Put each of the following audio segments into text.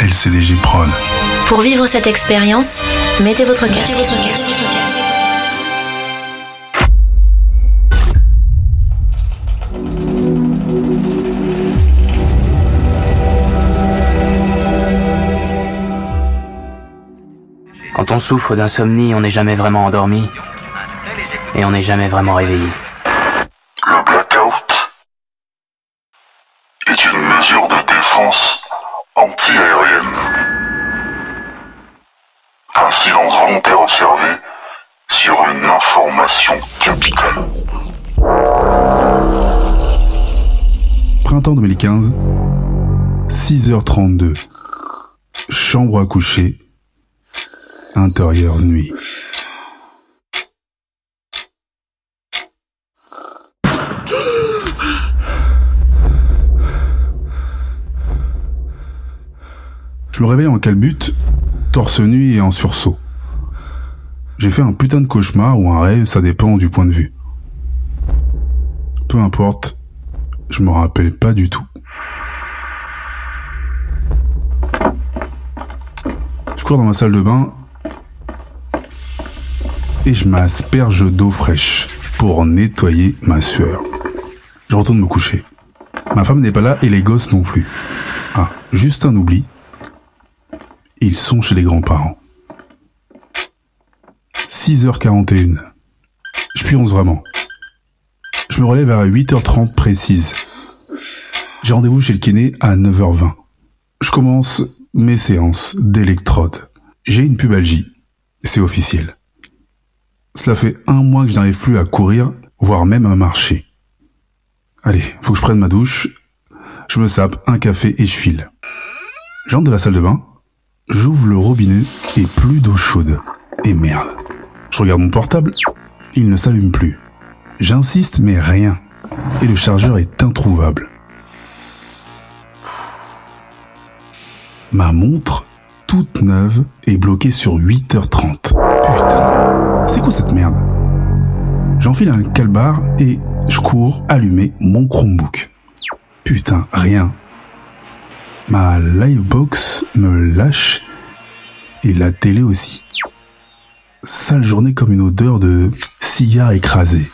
LCDG Prod. Pour vivre cette expérience, mettez votre casque. Quand on souffre d'insomnie, on n'est jamais vraiment endormi et on n'est jamais vraiment réveillé. Le blackout est une mesure de défense anti-aérienne. Un silence volontaire observé sur une information capitale. Printemps 2015, 6h32. Chambre à coucher. Intérieur nuit. Je me réveille en calbute, torse nu et en sursaut. J'ai fait un putain de cauchemar ou un rêve, ça dépend du point de vue. Peu importe, je me rappelle pas du tout. Je cours dans ma salle de bain et je m'asperge d'eau fraîche pour nettoyer ma sueur. Je retourne me coucher. Ma femme n'est pas là et les gosses non plus. Ah, juste un oubli. Ils sont chez les grands-parents. 6h41. Je pionce vraiment. Je me relève à 8h30 précise. J'ai rendez-vous chez le kiné à 9h20. Je commence mes séances d'électrode. J'ai une pubalgie. C'est officiel. Cela fait 1 mois que je n'arrive plus à courir, voire même à marcher. Allez, faut que je prenne ma douche. Je me sape un café et je file. J'entre de la salle de bain. J'ouvre le robinet et plus d'eau chaude. Et merde. Je regarde mon portable. Il ne s'allume plus. J'insiste mais rien. Et le chargeur est introuvable. Ma montre, toute neuve, est bloquée sur 8h30. Putain, c'est quoi cette merde? J'enfile un calbar et je cours allumer mon Chromebook. Putain, rien. Ma livebox me lâche et la télé aussi. Sale journée comme une odeur de cigare écrasé.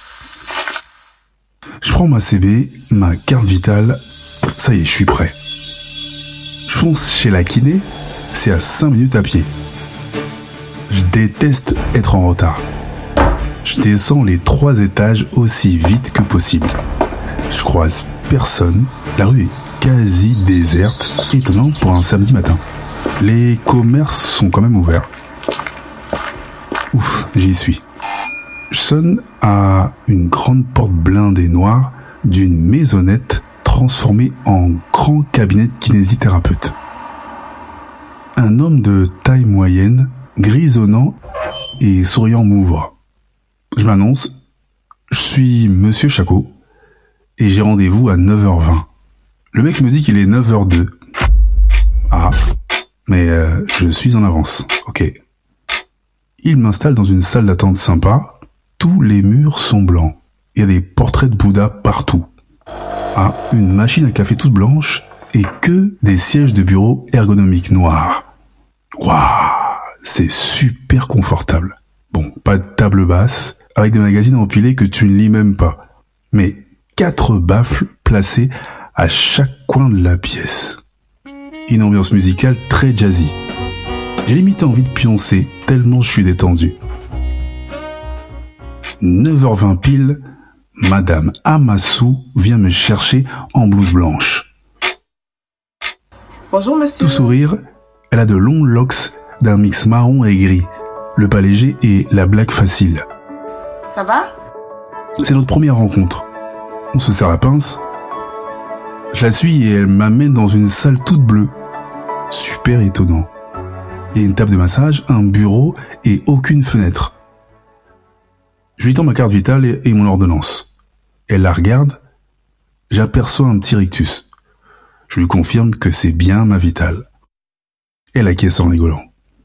Je prends ma CB, ma carte vitale, ça y est, je suis prêt. Je fonce chez la kiné, c'est à 5 minutes à pied. Je déteste être en retard. Je descends les 3 étages aussi vite que possible. Je croise personne, la rue est quasi déserte, étonnant pour un samedi matin. Les commerces sont quand même ouverts. Ouf, j'y suis. Je sonne à une grande porte blindée noire d'une maisonnette transformée en grand cabinet de kinésithérapeute. Un homme de taille moyenne, grisonnant et souriant m'ouvre. Je m'annonce, je suis Monsieur Chacot et j'ai rendez-vous à 9h20. Le mec me dit qu'il est 9h02. Ah, mais je suis en avance, ok. Il m'installe dans une salle d'attente sympa. Tous les murs sont blancs. Il y a des portraits de Bouddha partout. Ah, une machine à café toute blanche et que des sièges de bureau ergonomiques noirs. Waouh, c'est super confortable. Bon, pas de table basse, avec des magazines empilés que tu ne lis même pas. Mais 4 baffles placés à chaque coin de la pièce. Une ambiance musicale très jazzy. J'ai limite envie de pioncer tellement je suis détendu. 9h20 pile, Madame Amassou vient me chercher en blouse blanche. Bonjour monsieur. Tout sourire, elle a de longs locks d'un mix marron et gris, le pas léger et la blague facile. Ça va? C'est notre première rencontre. On se serre la pince. Je la suis et elle m'amène dans une salle toute bleue. Super étonnant. Il y a une table de massage, un bureau et aucune fenêtre. Je lui tends ma carte vitale et mon ordonnance. Elle la regarde. J'aperçois un petit rictus. Je lui confirme que c'est bien ma vitale. Elle acquiesce en rigolant.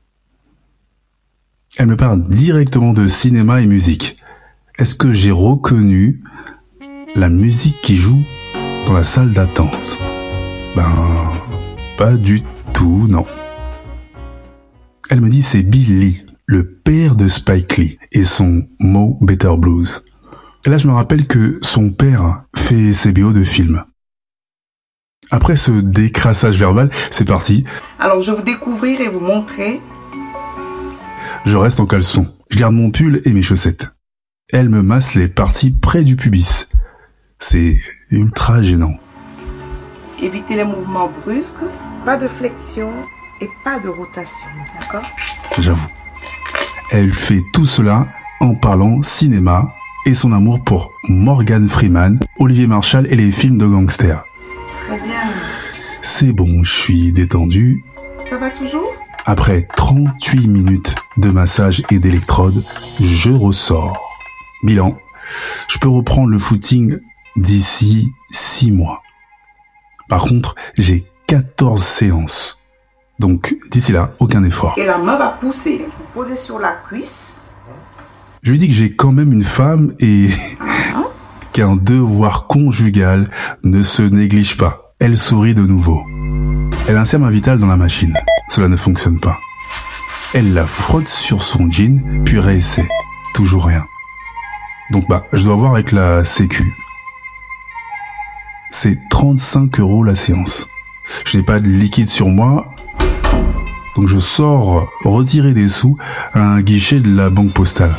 Elle me parle directement de cinéma et musique. Est-ce que j'ai reconnu la musique qui joue dans la salle d'attente? Ben, pas du tout. tout, non. Elle me dit c'est Bill Lee, le père de Spike Lee, et son Mo Better Blues. Et là, je me rappelle que son père fait ses BO de films. Après ce décrassage verbal, c'est parti. Alors, je vais vous découvrir et vous montrer. Je reste en caleçon. Je garde mon pull et mes chaussettes. Elle me masse les parties près du pubis. C'est ultra gênant. Évitez les mouvements brusques, pas de flexion et pas de rotation, d'accord? J'avoue. Elle fait tout cela en parlant cinéma et son amour pour Morgan Freeman, Olivier Marshall et les films de gangsters. Très bien. C'est bon, je suis détendu. Ça va toujours? Après 38 minutes de massage et d'électrode, je ressors. Bilan, je peux reprendre le footing d'ici 6 mois. Par contre, j'ai 14 séances. Donc, d'ici là, aucun effort. Et la main va pousser. Vous posez sur la cuisse. Je lui dis que j'ai quand même une femme et qu'un devoir conjugal ne se néglige pas. Elle sourit de nouveau. Elle insère ma Vitale dans la machine. Cela ne fonctionne pas. Elle la frotte sur son jean, puis réessaie. Toujours rien. Donc je dois voir avec la sécu. C'est 35 € la séance. Je n'ai pas de liquide sur moi, donc je sors retirer des sous à un guichet de la banque postale.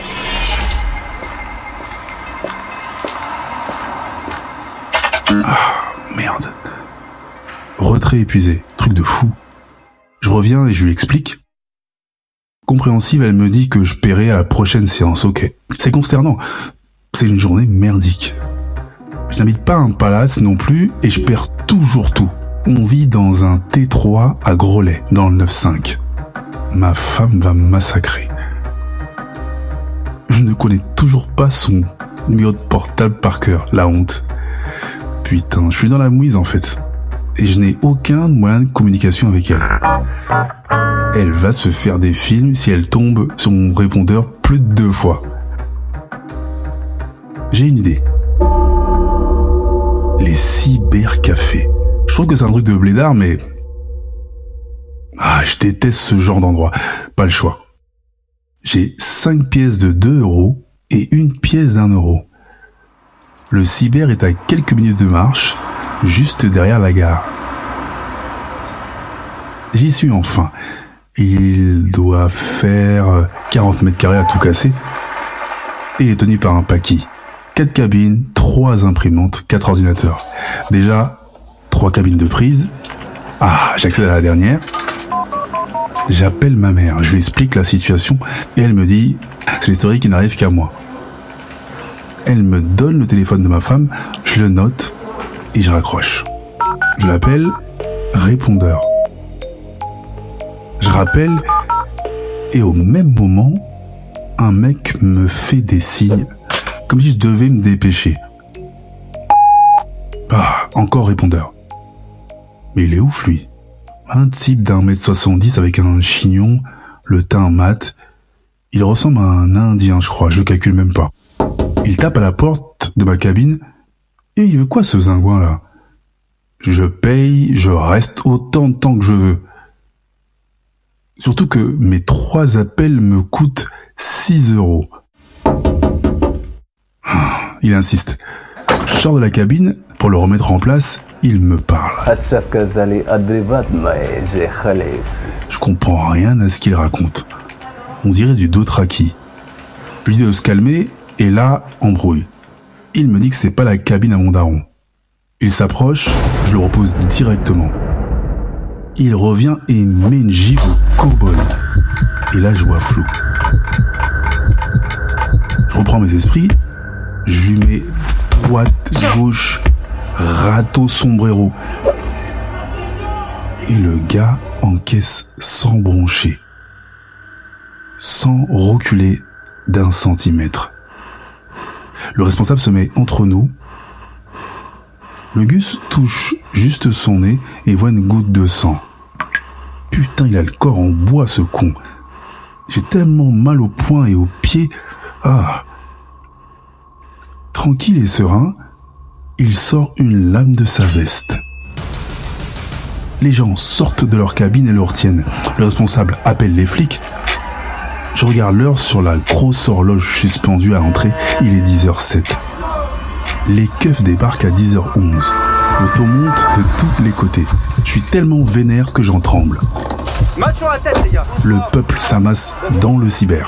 Ah, merde. Retrait épuisé, truc de fou. Je reviens et je lui explique. Compréhensive, elle me dit que je paierai à la prochaine séance, ok. C'est consternant. C'est une journée merdique. Je n'habite pas un palace non plus et je perds toujours tout. On vit dans un T3 à Grollet, dans le 9-5. Ma femme va me massacrer. Je ne connais toujours pas son numéro de portable par cœur, la honte. Putain, je suis dans la mouise en fait. Et je n'ai aucun moyen de communication avec elle. Elle va se faire des films si elle tombe sur mon répondeur plus de 2 fois. J'ai une idée. Les cybercafés. Je trouve que c'est un truc de blédard, mais... je déteste ce genre d'endroit. Pas le choix. J'ai 5 pièces de 2 € et 1 pièce d'1 €. Le cyber est à quelques minutes de marche, juste derrière la gare. J'y suis enfin. Il doit faire 40 mètres carrés à tout casser. Et il est tenu par un paquis. 4 cabines, 3 imprimantes, 4 ordinateurs. Déjà, 3 cabines de prise. J'accède à la dernière. J'appelle ma mère, je lui explique la situation et elle me dit « C'est l'historique qui n'arrive qu'à moi ». Elle me donne le téléphone de ma femme, je le note et je raccroche. Je l'appelle, répondeur. Je rappelle et au même moment, un mec me fait des signes comme si je devais me dépêcher. Encore répondeur. Mais il est ouf lui. Un type d'1m70 avec un chignon, le teint mat. Il ressemble à un Indien, je crois, je calcule même pas. Il tape à la porte de ma cabine. Et il veut quoi ce zingouin là? Je paye, je reste autant de temps que je veux. Surtout que mes 3 appels me coûtent 6 €. Il insiste. Je sors de la cabine pour le remettre en place. Il me parle. Je comprends rien à ce qu'il raconte. On dirait du Dothraki. Je lui dis de se calmer et là, embrouille. Il me dit que c'est pas la cabine à mon daron. Il s'approche, je le repose directement. Il revient et il me met une gifle de cow-boy. Et là, je vois flou. Je reprends mes esprits, je lui mets droite, gauche, râteau, sombrero. Et le gars encaisse sans broncher, sans reculer d'1 centimètre. Le responsable se met entre nous. Le Gus touche juste son nez et voit une goutte de sang. Putain, il a le corps en bois, ce con. J'ai tellement mal aux poings et aux pieds. Tranquille et serein, il sort une lame de sa veste. Les gens sortent de leur cabine et le retiennent. Le responsable appelle les flics. Je regarde l'heure sur la grosse horloge suspendue à l'entrée. Il est 10h07. Les keufs débarquent à 10h11. Le taux monte de tous les côtés. Je suis tellement vénère que j'en tremble. Masse sur la tête, les gars. Le peuple s'amasse dans le cyber.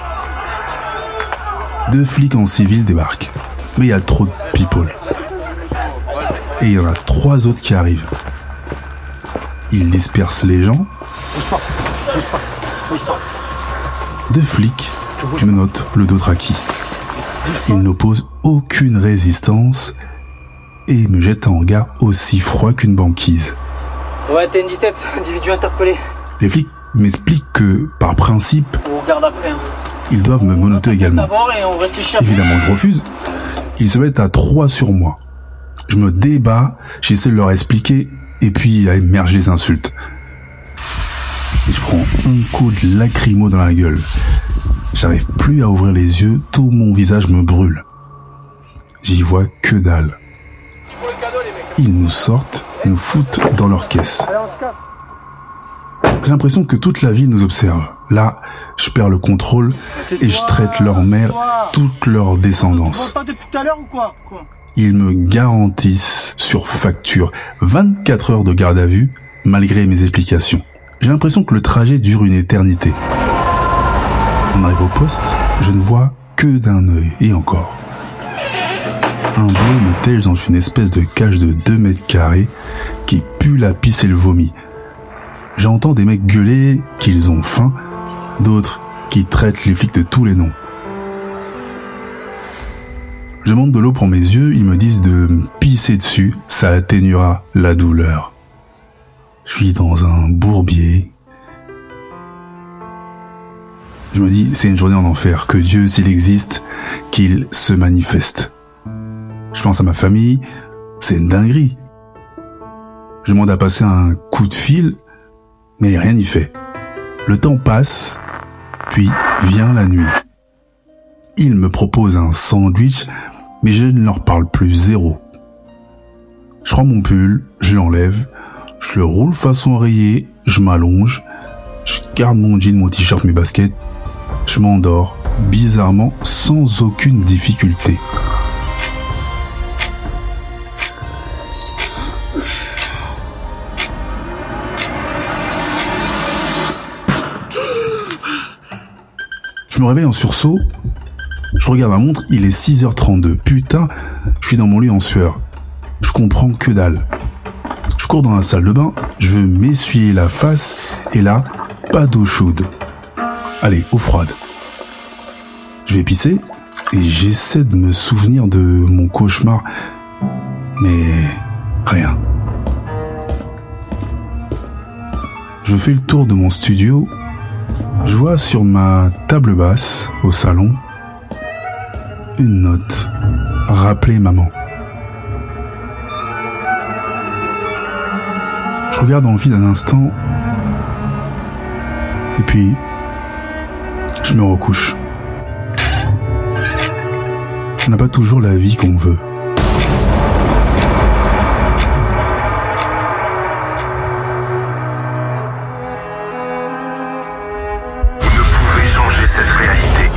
2 flics en civil débarquent. Mais il y a trop de people. Et il y en a 3 autres qui arrivent. Ils dispersent les gens. Bouge pas. 2 flics me notent le dos traqué. Ils n'opposent aucune résistance et me jettent un regard aussi froid qu'une banquise. Ouais, TN17, individu interpellé. Les flics m'expliquent que, par principe, On regarde après. ils doivent me menotter également. D'abord et on réfléchit après. Évidemment, je refuse. Ils se mettent à 3 sur moi. Je me débats, j'essaie de leur expliquer, et puis à émerger les insultes. Et je prends un coup de lacrymo dans la gueule. J'arrive plus à ouvrir les yeux, tout mon visage me brûle. J'y vois que dalle. Ils nous sortent, nous foutent dans leur caisse. Allez, on se casse. J'ai l'impression que toute la ville nous observe. Là, je perds le contrôle et je traite leur mère, toute leur descendance. Tu vois pas depuis tout à l'heure ou quoi? Ils me garantissent sur facture 24 heures de garde à vue, malgré mes explications. J'ai l'impression que le trajet dure une éternité. On arrive au poste, je ne vois que d'un œil, et encore. Un bleu me tège dans une espèce de cage de 2 mètres carrés qui pue la pisse et le vomi. J'entends des mecs gueuler qu'ils ont faim, d'autres qui traitent les flics de tous les noms. Je demande de l'eau pour mes yeux, ils me disent de me pisser dessus, ça atténuera la douleur. Je suis dans un bourbier. Je me dis, c'est une journée en enfer, que Dieu, s'il existe, qu'il se manifeste. Je pense à ma famille, c'est une dinguerie. Je demande à passer un coup de fil, mais rien n'y fait. Le temps passe, puis vient la nuit. Ils me proposent un sandwich, mais je ne leur parle plus, zéro. Je prends mon pull, je l'enlève, je le roule façon oreiller, je m'allonge, je garde mon jean, mon t-shirt, mes baskets, je m'endors, bizarrement, sans aucune difficulté. Je me réveille en sursaut, je regarde ma montre, il est 6h32. Putain, je suis dans mon lit en sueur. Je comprends que dalle. Je cours dans la salle de bain, je veux m'essuyer la face, et là, pas d'eau chaude. Allez, eau froide. Je vais pisser, et j'essaie de me souvenir de mon cauchemar, mais rien. Je fais le tour de mon studio, je vois sur ma table basse, au salon, une note. Rappeler maman. Je regarde dans le vide un instant, et puis, je me recouche. On n'a pas toujours la vie qu'on veut. Cette réalité.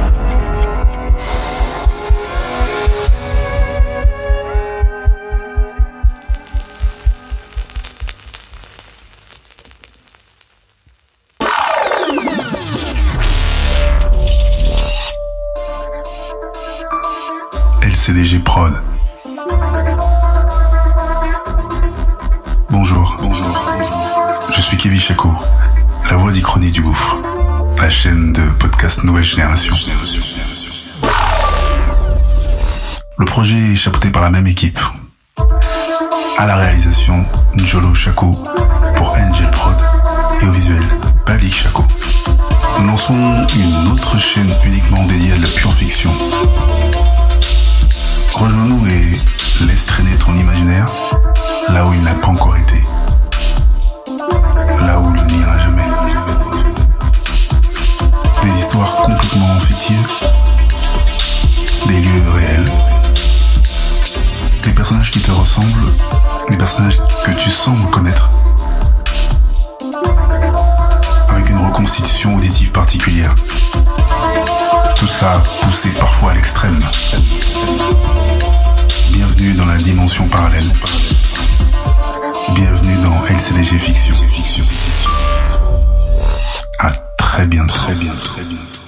LCDG Prod. Bonjour. Je suis Kevin Chaco, la voix d'Ichronie du Gouffre. La chaîne de podcast Nouvelle Génération. Le projet est chapeauté par la même équipe. À la réalisation, Njolo Chaco pour Angel Prod et au visuel, Palik Chaco. Nous lançons une autre chaîne uniquement dédiée à la pure fiction. Rejoins-nous et laisse traîner ton imaginaire là où il n'a pas encore été. Là où il n'ira jamais. Des histoires complètement fictives, des lieux réels, des personnages qui te ressemblent, des personnages que tu sembles connaître, constitution auditive particulière. Tout ça poussé parfois à l'extrême. Bienvenue dans la dimension parallèle. Bienvenue dans LCDG Fiction. À très bientôt.